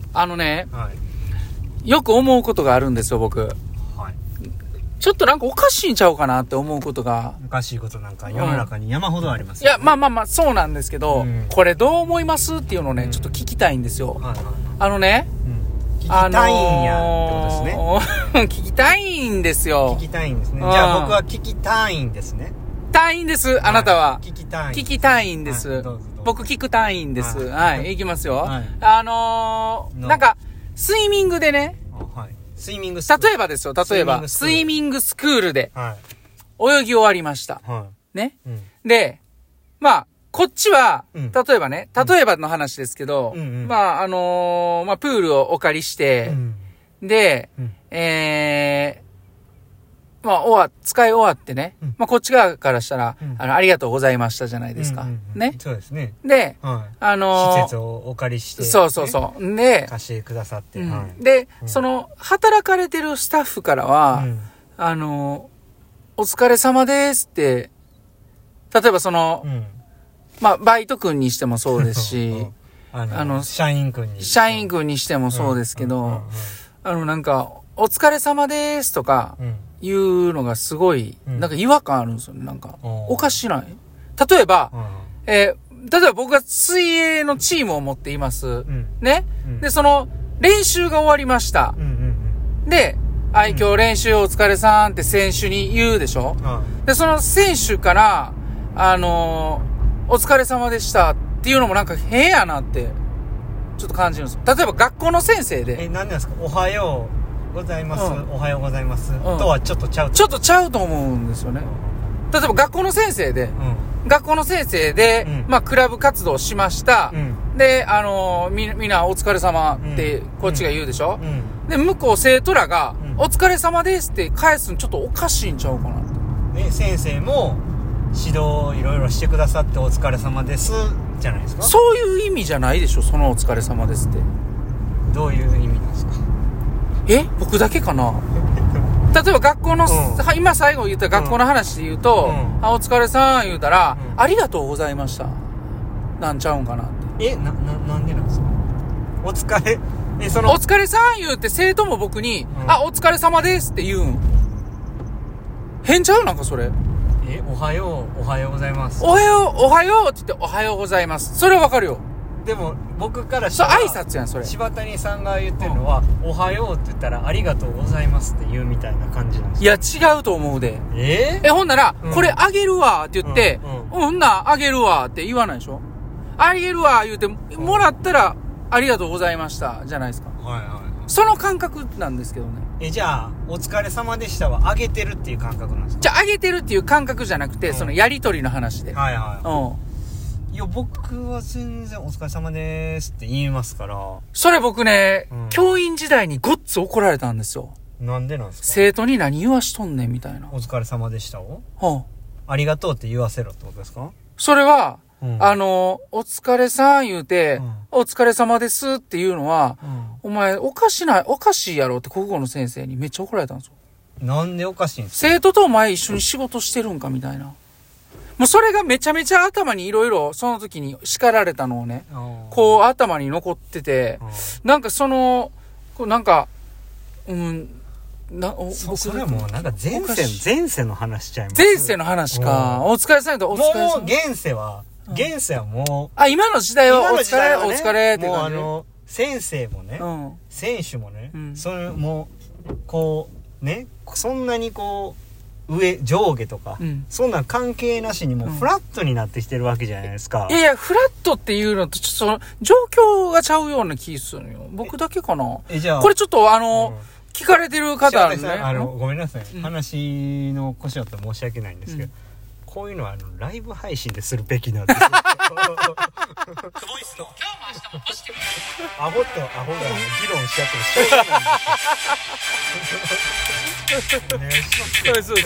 はい、 よく思うことがあるんですよ、僕。 はい。 ちょっとなんかおかしいんちゃうかなって思うことが。 おかしいことなんか世の中に山ほどありますよ、ね。いや、まあ、そうなんですけど、これどう思いますっていうのをね、ちょっと聞きたいんですよ。 はいはい、 聞きたいんやってことですね。 聞きたいんですよ。 聞きたいんですね。じゃあ僕は聞きたいんですね。 たいんです、あなたは。 聞きたい。 聞きたいんです。 はい、どうぞ僕聞くたいんです。はい、いきますよ。 はい、 なんか、スイミングでね、 はい、スイミングスクール。 例えばですよ、スイミングスクールで、泳ぎ終わりました。 はい、 ね、で、まあ、こっちは、例えばの話ですけど、まあ、プールをお借りして、で、まあ、使い終わってね、まあ、こっち側からしたら、ありがとうございましたじゃないですか。ね。 そうですね。 で、 施設をお借りして、 そう。で、 貸してくださって。 で、働かれてるスタッフからは、お疲れ様ですって、例えばまあ、バイト君にしてもそうですし、 社員君にしてもそうですけど、なんか、お疲れ様ですとか、いうのがすごい、なんか違和感あるんですよね。なんか、おかしない？例えば、僕が水泳のチームを持っています。ね。で、練習が終わりました。で、今日練習お疲れさんって選手に言うでしょ？で、その選手から、お疲れ様でしたっていうのもなんか変やなって、ちょっと感じるんですよ。例えば学校の先生で。 何なんですか？おはようございます。おはようございます。とはちょっとちゃう。 ちょっとちゃうと思うんですよね。例えば学校の先生で、まあ、クラブ活動しました。で、みんなお疲れ様ってこっちが言うでしょ？で、向こう生徒らが、お疲れ様ですって返すのちょっとおかしいんちゃうかなって。 ね、先生も指導いろいろしてくださってお疲れ様ですじゃないですか？ そういう意味じゃないでしょ、そのお疲れ様ですって。 どういう意味なんですか？ 僕だけかな？例えば学校の、今最後言った学校の話で言うと、お疲れさん言うたら、ありがとうございましたなんちゃうんかなって。 なんでなんですか？お疲れ、 お疲れさん言うて生徒も僕に、お疲れ様ですって言うん。変ちゃう？なんかそれ。 おはようございます。 おはようって言っておはようございます。それはわかるよ。 でも僕からしたら挨拶やんそれ。 柴谷さんが言ってるのは、おはようって言ったらありがとうございますって言うみたいな感じなんですか？ いや違うと思うで。ほんなら、これあげるわって言って、ほんなあげるわって言わないでしょ？あげるわ言うてもらったらありがとうございましたじゃないですか。その感覚なんですけどね。 じゃあお疲れ様でしたはあげてるっていう感覚なんですか？ じゃああげてるっていう感覚じゃなくて、そのやりとりの話で。 いや僕は全然お疲れ様ですって言いますから。 それ僕ね、教員時代にごっつ怒られたんですよ。 なんでなんですか？ 生徒に何言わしとんねんみたいな。 お疲れ様でしたをありがとうって言わせろってことですか？ それは、お疲れさん言うて、お疲れ様ですっていうのは、お前おかしいやろって国語の先生にめっちゃ怒られたんですよ。 なんでおかしいんですか？ 生徒とお前一緒に仕事してるんかみたいな。もうそれがめちゃめちゃ頭にいろいろその時に叱られたのをね、こう頭に残ってて、なんかなんか、 それはもうなんか前世の話しちゃいます。 前世の話か。お疲れさんとお疲れさん。 もう現世はもう。 今の時代はお疲れって感じ。 もう先生もね、選手もね、もう、こう、ね、そんなにこう、上下とか、そんなん関係なしにもうフラットになってきてるわけじゃないですか。 いや、フラットっていうのと、ちょっと状況がちゃうような気するのよ。僕だけかな。 じゃあ。 これちょっと聞かれてる方ね。 ごめんなさい。話の腰だったら申し訳ないんですけど、こういうのはライブ配信でするべきなんですよ。クボイスの今日も明日もポジティブ。アホとアホが議論しちゃってもしょうがないんです。 そうです。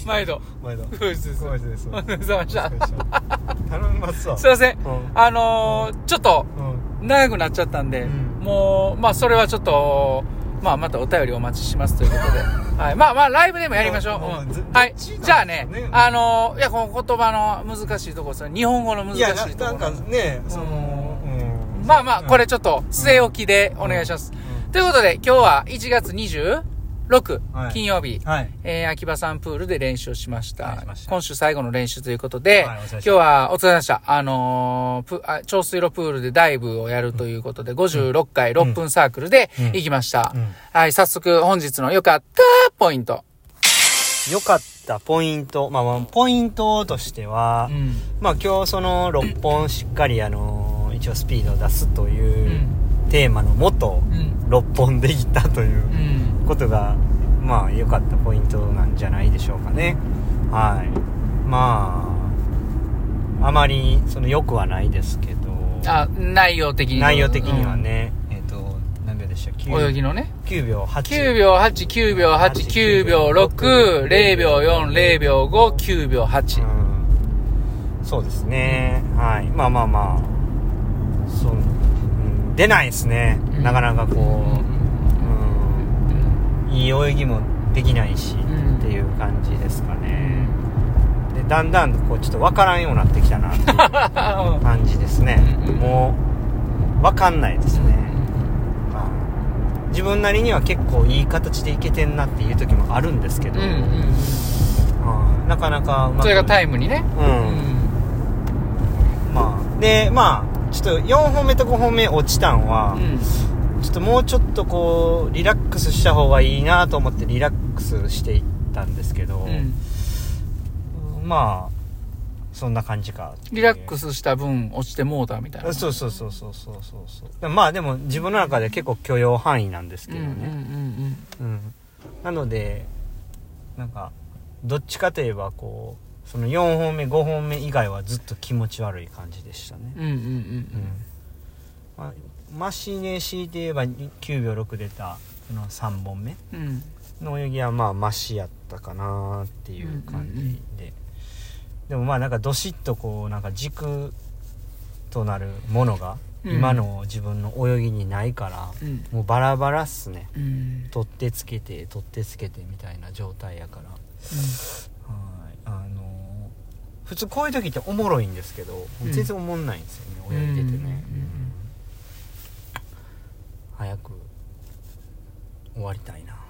毎度。そうです。お疲れ様でした。 頼みますわ。 すいません。ちょっと長くなっちゃったんで、もうまあそれはちょっと。またお便りお待ちしますということで。はい。ライブでもやりましょう。はい。じゃあね、いや、この言葉の難しいところですね。日本語の難しいところ。 いや、なんかね、 まあまあ、これちょっと、据え置きでお願いします。ということで、今日は1月26、金曜日、秋葉さんプールで練習をしました。今週最後の練習ということで、今日はお疲れ様でした。長水路プールでダイブをやるということで、56回6分サークルで行きました。はい、早速本日の良かったポイント。 良かったポイント。まあ、ポイントとしては、まあ今日その6本しっかり一応スピードを出すというテーマのもと、6本できたということが、まあ良かったポイントなんじゃないでしょうかね。はい。まあ、あまり良くはないですけど。 内容的にはね、何秒でしたっけ？ 泳ぎのね。 9秒8。 9秒8、9秒8、9秒6、0秒4、0秒5、9秒8。 そうですね。はい。まあまあまあ、出ないですね。なかなかいい泳ぎもできないし、っていう感じですかね。で、だんだんちょっと分からんようになってきたなっていう感じですね。もう分かんないですね。自分なりには結構いい形でいけてんなっていう時もあるんですけど、なかなかうまく、 それがタイムにね。 まあで、まあちょっと4本目と5本目落ちたんは、ちょっともうちょっとリラックスした方がいいなと思ってリラックスしていったんですけど、まあそんな感じか。 リラックスした分落ちてもうたみたいな。 そう。まあでも自分の中で結構許容範囲なんですけどね。なのでなんかどっちかといえばその4本目5本目以外はずっと気持ち悪い感じでしたね。マシネ強いて言えば9秒6出たその3本目の泳ぎはまあマシやったかなっていう感じで、でもまあなんかどしっとなんか軸となるものが今の自分の泳ぎにないから、もうバラバラっすね。取ってつけてみたいな状態やから、普通こういう時っておもろいんですけど、全然おもんないんですよね、泳いでてね。早く終わりたいな。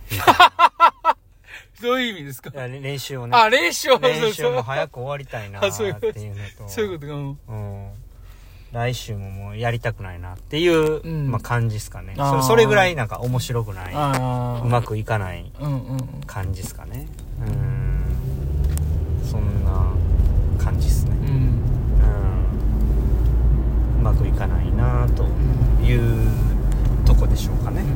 どういう意味ですか？ 練習をね。 練習も早く終わりたいなっていうのと、 そういうことか。 来週ももうやりたくないなっていう、まあ感じですかね。それぐらいなんか面白くない、うまくいかない感じですかね。そんな感じですね。うまくいかないなというとこでしょうかね。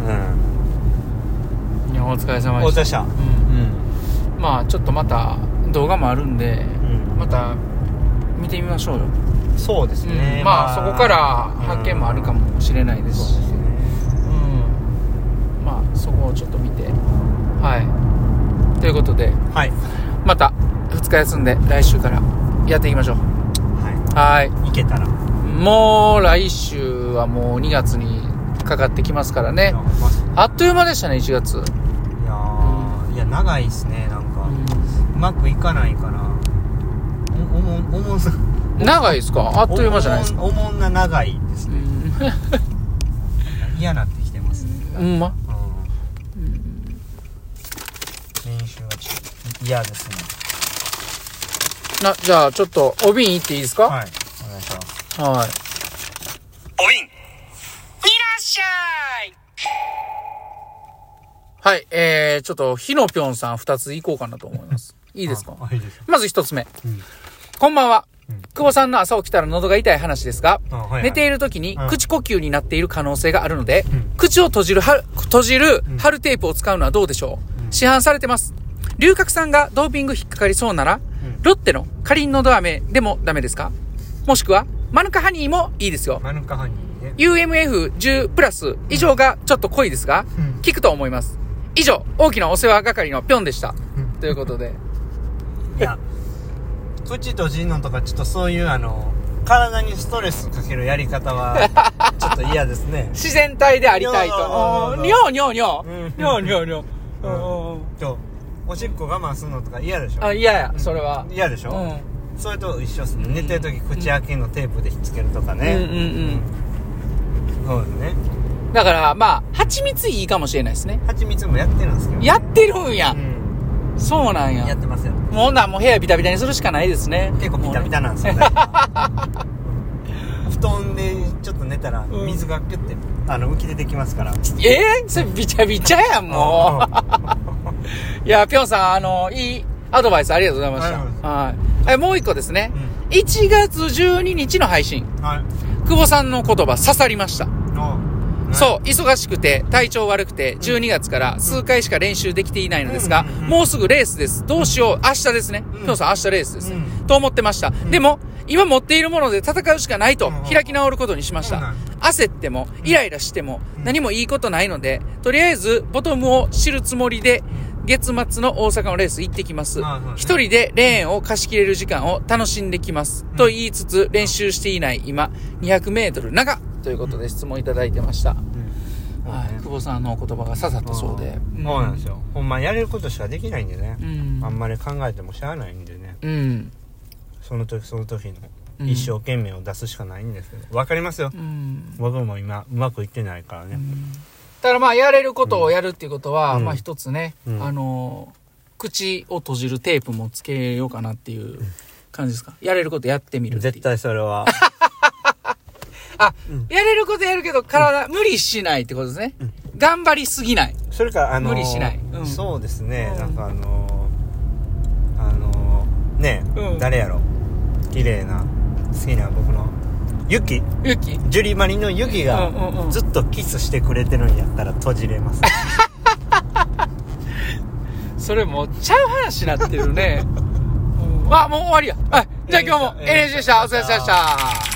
いや、お疲れ様でした。 お疲れ様でした。 まあちょっとまた動画もあるんで、また見てみましょうよ。 そうですね。 まあそこから発見もあるかもしれないですし、まあそこをちょっと見て、ということで、また2日休んで来週からやっていきましょう。 いけたら。 もう来週はもう2月にかかってきますからね。あっという間でしたね、1月。 いや長いですね。なんかうまくいかないから長いですか？あっという間じゃないですか？ おもんな長いですね。嫌なってきてますね。練習はちょっと嫌ですね。 じゃあちょっとお瓶行っていいですか？ お願いします。お瓶いらっしゃい。ちょっとひのぴょんさん2つ行こうかなと思います。いいですか？ いいです。 まず1つ目、こんばんは。久保さんの朝起きたら喉が痛い話ですが、寝ている時に口呼吸になっている可能性があるので、口を閉じる貼るテープを使うのはどうでしょう？市販されてます。龍角散がドーピング引っかかりそうなら、ロッテのかりんのど飴でもダメですか？もしくはマヌカハニーもいいですよ。 マヌカハニーね。 UMF10 プラス以上がちょっと濃いですが、効くと思います。以上、大きなお世話係のぴょんでした。ということで。 いや、口閉じんのとかちょっとそういう体にストレスかけるやり方はちょっと嫌ですね。 自然体でありたいと。にょにょにょ。にょにょにょ。 おしっこ我慢するのとか嫌でしょ？ 嫌や、それは。 嫌でしょ？ それと一緒ですね。寝てる時口開けのテープでひっつけるとかね。そうですね。 だからまあ蜂蜜いいかもしれないですね。 蜂蜜もやってるんですけど、ね、 やってるんや、そうなんや。 やってますよ。 もう部屋ビタビタにするしかないですね。 結構ビタビタなんですよね。布団でちょっと寝たら水がピュッて浮き出てきますから。 それビチャビチャやんもう。いやぴょんさんいいアドバイスありがとうございました。はい。もう一個ですね。1月12日の配信。はい。久保さんの言葉刺さりました。そう、忙しくて、体調悪くて、12月から数回しか練習できていないのですが、もうすぐレースです。どうしよう。明日ですね。ぴょんさん明日レースですね。と思ってました。でも、今持っているもので戦うしかないと、開き直ることにしました。焦っても、イライラしても、何もいいことないので、とりあえず、ボトムを知るつもりで、月末の大阪のレース行ってきます。一人でレーンを貸し切れる時間を楽しんできます。と言いつつ、練習していない今、200メートル長ということで質問いただいてました。久保さんの言葉が刺さったそうで。 そうなんですよ。ほんまやれることしかできないんでね。あんまり考えてもしゃあないんでね。その時その時の一生懸命を出すしかないんですけど。わかりますよ。僕も今うまくいってないからね。 だからやれることをやるっていうことは、一つね、口を閉じるテープもつけようかなっていう感じですか。やれることやってみるっていう。 絶対それは。 やれることやるけど無理しないってことですね。頑張りすぎない。 それか無理しない。 そうですね。なんかね、誰やろ。綺麗な好きな僕のユキジュリマリのユキがずっとキスしてくれてるんやったら閉じれます。 それもうちゃう話になってるね。もう終わりや。じゃあ今日も NHK でした。お疲れ様でした。